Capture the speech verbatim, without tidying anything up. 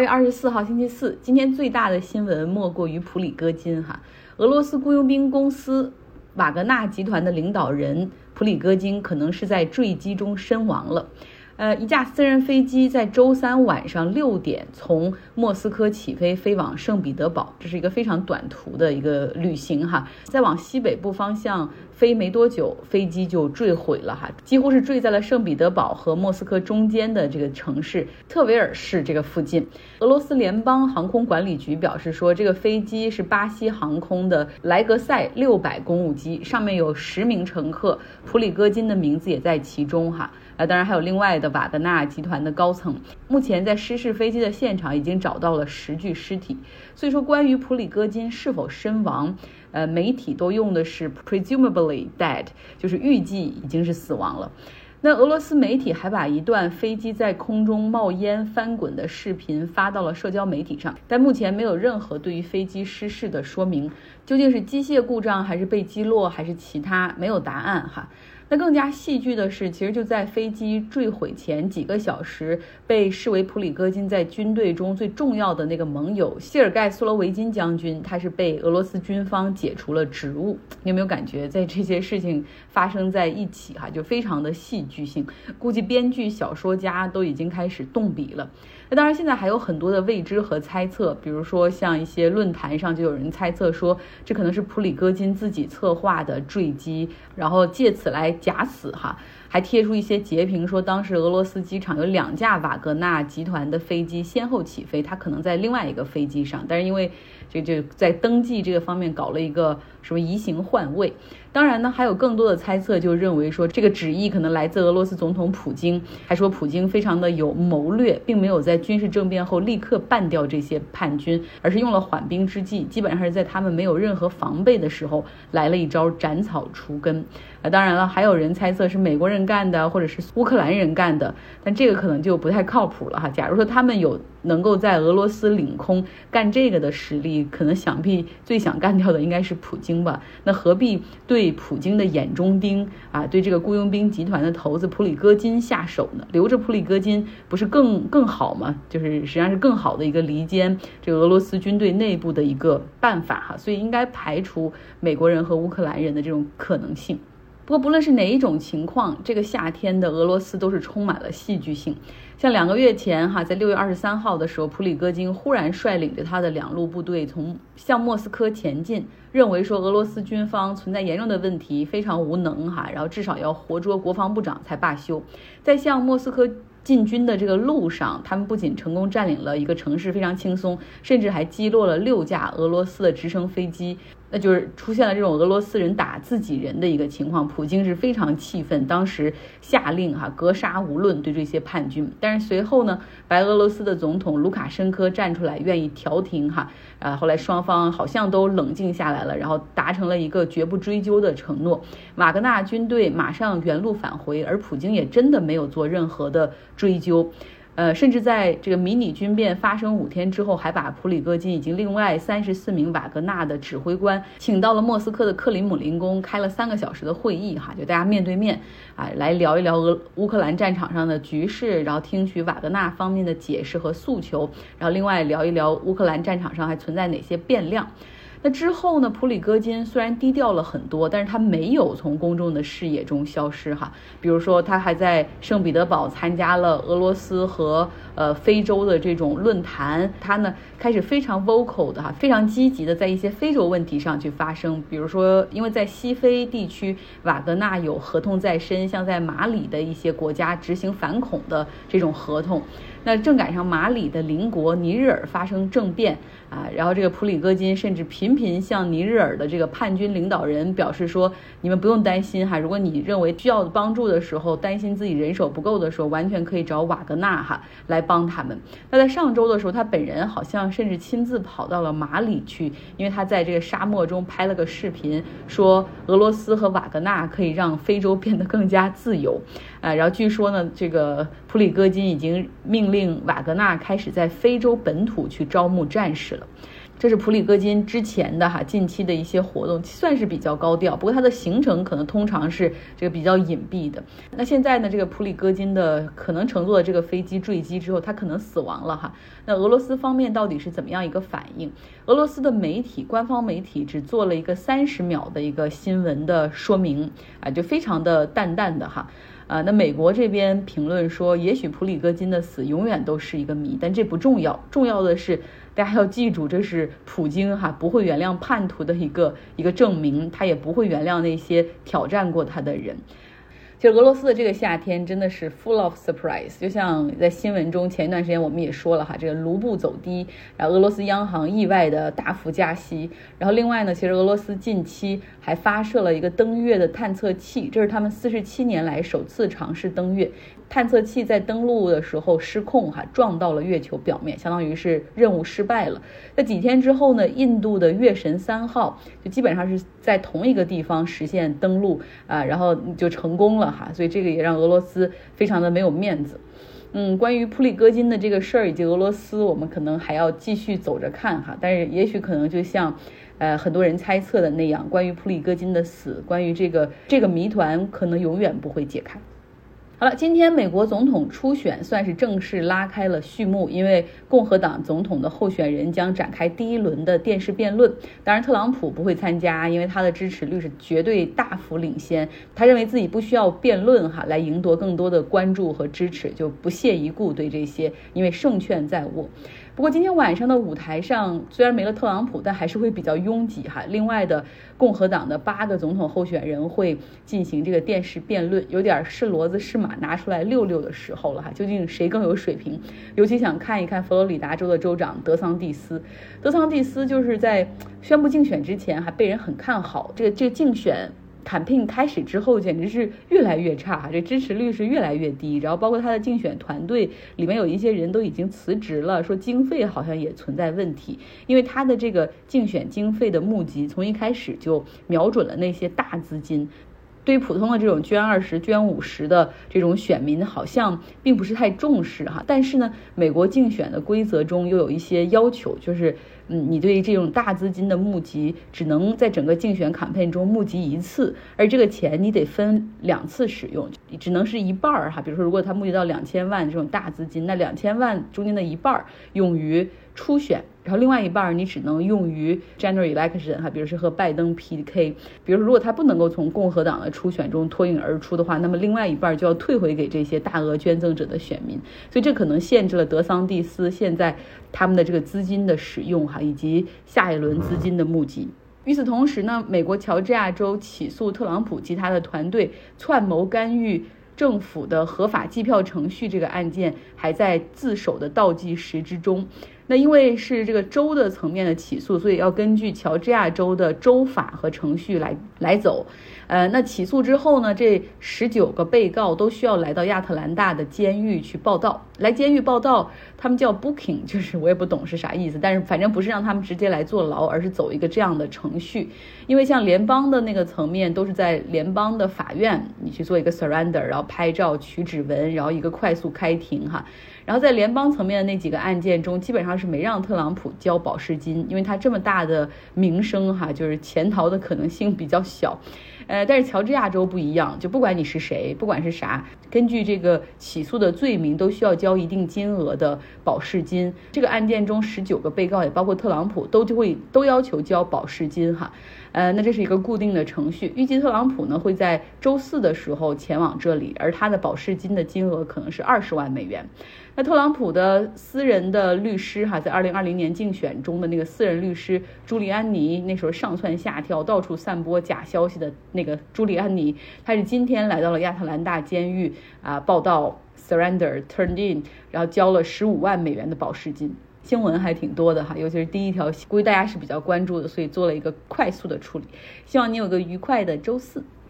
月二十四号星期四，今天最大的新闻莫过于普里戈金哈，俄罗斯雇佣兵公司瓦格纳集团的领导人普里戈金可能是在坠机中身亡了。呃，一架私人飞机在周三晚上六点从莫斯科起飞，飞往圣彼得堡，这是一个非常短途的一个旅行哈。再往西北部方向飞没多久，飞机就坠毁了哈，几乎是坠在了圣彼得堡和莫斯科中间的这个城市特维尔市这个附近。俄罗斯联邦航空管理局表示说，这个飞机是巴西航空的莱格赛六百公务机，上面有十名乘客，普里戈金的名字也在其中哈。呃，当然还有另外的瓦格纳集团的高层。目前在失事飞机的现场已经找到了十具尸体，所以说关于普里戈金是否身亡，呃，媒体都用的是 presumably dead， 就是预计已经是死亡了。那俄罗斯媒体还把一段飞机在空中冒烟翻滚的视频发到了社交媒体上，但目前没有任何对于飞机失事的说明，究竟是机械故障还是被击落还是其他，没有答案哈。那更加戏剧的是，其实就在飞机坠毁前几个小时，被视为普里戈金在军队中最重要的那个盟友谢尔盖·苏罗维金将军，他是被俄罗斯军方解除了职务。你有没有感觉在这些事情发生在一起哈，就非常的戏剧性，估计编剧小说家都已经开始动笔了。那当然现在还有很多的未知和猜测，比如说像一些论坛上就有人猜测说，这可能是普里戈金自己策划的坠机，然后借此来假死哈，还贴出一些截屏说，当时俄罗斯机场有两架瓦格纳集团的飞机先后起飞，他可能在另外一个飞机上，但是因为这就在登记这个方面搞了一个什么移形换位。当然呢，还有更多的猜测就认为说，这个旨意可能来自俄罗斯总统普京，还说普京非常的有谋略，并没有在军事政变后立刻办掉这些叛军，而是用了缓兵之计，基本上是在他们没有任何防备的时候来了一招斩草除根。啊，当然了，还有人猜测是美国人干的，或者是乌克兰人干的，但这个可能就不太靠谱了哈。假如说他们有能够在俄罗斯领空干这个的实力，可能想必最想干掉的应该是普京吧。那何必对普京的眼中钉啊，对这个雇佣兵集团的头子普里戈金下手呢？留着普里戈金不是更更好吗？就是实际上是更好的一个离间这个俄罗斯军队内部的一个办法哈。所以应该排除美国人和乌克兰人的这种可能性。不过不论是哪一种情况，这个夏天的俄罗斯都是充满了戏剧性。像两个月前哈，在六月二十三号的时候，普里戈金忽然率领着他的两路部队从向莫斯科前进，认为说俄罗斯军方存在严重的问题，非常无能哈，然后至少要活捉国防部长才罢休。在向莫斯科进军的这个路上，他们不仅成功占领了一个城市，非常轻松，甚至还击落了六架俄罗斯的直升飞机。那就是出现了这种俄罗斯人打自己人的一个情况，普京是非常气愤，当时下令哈格杀无论对这些叛军。但是随后呢，白俄罗斯的总统卢卡申科站出来愿意调停哈，啊，后来双方好像都冷静下来了，然后达成了一个绝不追究的承诺。瓦格纳军队马上原路返回，而普京也真的没有做任何的追究。呃，甚至在这个迷你军变发生五天之后，还把普里戈金以及另外三十四名瓦格纳的指挥官请到了莫斯科的克里姆林宫，开了三个小时的会议哈，就大家面对面啊来聊一聊俄乌克兰战场上的局势，然后听取瓦格纳方面的解释和诉求，然后另外聊一聊乌克兰战场上还存在哪些变量。那之后呢，普里戈金虽然低调了很多，但是他没有从公众的视野中消失哈。比如说，他还在圣彼得堡参加了俄罗斯和呃非洲的这种论坛，他呢开始非常 vocal 的哈，非常积极的在一些非洲问题上去发声。比如说，因为在西非地区，瓦格纳有合同在身，像在马里的一些国家执行反恐的这种合同。那正赶上马里的邻国尼日尔发生政变啊，然后这个普里戈金甚至频频向尼日尔的这个叛军领导人表示说，你们不用担心哈，如果你认为需要帮助的时候，担心自己人手不够的时候，完全可以找瓦格纳哈来帮他们。那在上周的时候，他本人好像甚至亲自跑到了马里去，因为他在这个沙漠中拍了个视频，说俄罗斯和瓦格纳可以让非洲变得更加自由啊。然后据说呢，这个普里戈金已经命令瓦格纳开始在非洲本土去招募战士了。 这是普里戈金之前的哈近期的一些活动，算是比较高调，不过它的行程可能通常是这个比较隐蔽的。那现在呢，这个普里戈金的可能乘坐的这个飞机坠机之后，他可能死亡了哈。那俄罗斯方面到底是怎么样一个反应？俄罗斯的媒体，官方媒体只做了一个三十秒的一个新闻的说明啊，就非常的淡淡的哈。啊，那美国这边评论说，也许普里戈金的死永远都是一个谜，但这不重要，重要的是大家要记住，这是普京哈不会原谅叛徒的一个一个证明，他也不会原谅那些挑战过他的人。其实俄罗斯的这个夏天真的是 full of surprise， 就像在新闻中前一段时间我们也说了哈，这个卢布走低，然后俄罗斯央行意外的大幅加息，然后另外呢，其实俄罗斯近期还发射了一个登月的探测器，这是他们四十七年来首次尝试登月。探测器在登陆的时候失控哈，撞到了月球表面，相当于是任务失败了。在几天之后呢，印度的月神三号就基本上是在同一个地方实现登陆啊，然后就成功了哈，所以这个也让俄罗斯非常的没有面子。嗯，关于普里戈金的这个事儿以及俄罗斯，我们可能还要继续走着看哈，但是也许可能就像呃很多人猜测的那样，关于普里戈金的死，关于这个这个谜团可能永远不会解开。好了，今天美国总统初选算是正式拉开了序幕，因为共和党总统的候选人将展开第一轮的电视辩论。当然特朗普不会参加，因为他的支持率是绝对大幅领先，他认为自己不需要辩论哈来赢得更多的关注和支持，就不屑一顾对这些，因为胜券在握。不过今天晚上的舞台上虽然没了特朗普，但还是会比较拥挤哈。另外的共和党的八个总统候选人会进行这个电视辩论，有点是骡子是马拿出来溜溜的时候了哈。究竟谁更有水平？尤其想看一看佛罗里达州的州长德桑蒂斯。德桑蒂斯就是在宣布竞选之前还被人很看好，这个这个竞选campaign开始之后简直是越来越差，这支持率是越来越低，然后包括他的竞选团队里面有一些人都已经辞职了，说经费好像也存在问题，因为他的这个竞选经费的募集从一开始就瞄准了那些大资金，对于普通的这种捐二十捐五十的这种选民好像并不是太重视哈。但是呢，美国竞选的规则中又有一些要求，就是嗯，你对这种大资金的募集只能在整个竞选campaign中募集一次，而这个钱你得分两次使用，只能是一半哈。比如说如果他募集到两千万这种大资金，那两千万中间的一半用于初选，然后另外一半你只能用于 general election 哈，比如是和拜登 P K。 比如说如果他不能够从共和党的初选中脱颖而出的话，那么另外一半就要退回给这些大额捐赠者的选民，所以这可能限制了德桑蒂斯现在他们的这个资金的使用哈，以及下一轮资金的募集。与此同时呢，美国乔治亚州起诉特朗普及他的团队串谋干预政府的合法计票程序这个案件还在自首的倒计时之中。那因为是这个州的层面的起诉，所以要根据乔治亚州的州法和程序来来走。呃，那起诉之后呢，这十九个被告都需要来到亚特兰大的监狱去报到。来监狱报到，他们叫 booking， 就是我也不懂是啥意思，但是反正不是让他们直接来坐牢，而是走一个这样的程序。因为像联邦的那个层面都是在联邦的法院，你去做一个 surrender， 然后拍照取指纹，然后一个快速开庭哈。然后在联邦层面的那几个案件中，基本上是没让特朗普交保释金，因为他这么大的名声哈，就是潜逃的可能性比较小。呃，但是乔治亚州不一样，就不管你是谁，不管是啥，根据这个起诉的罪名，都需要交一定金额的保释金。这个案件中十九个被告，也包括特朗普，都就会都要求交保释金哈。呃，那这是一个固定的程序。预计特朗普呢会在周四的时候前往这里，而他的保释金的金额可能是二十万美元。那特朗普的私人的律师哈，在二零二零年竞选中的那个私人律师朱利安尼，那时候上蹿下跳，到处散播假消息的那个朱利安尼，他是今天来到了亚特兰大监狱啊，报到 surrender turned in， 然后交了十五万美元的保释金。新闻还挺多的哈，尤其是第一条，估计大家是比较关注的，所以做了一个快速的处理。希望你有个愉快的周四。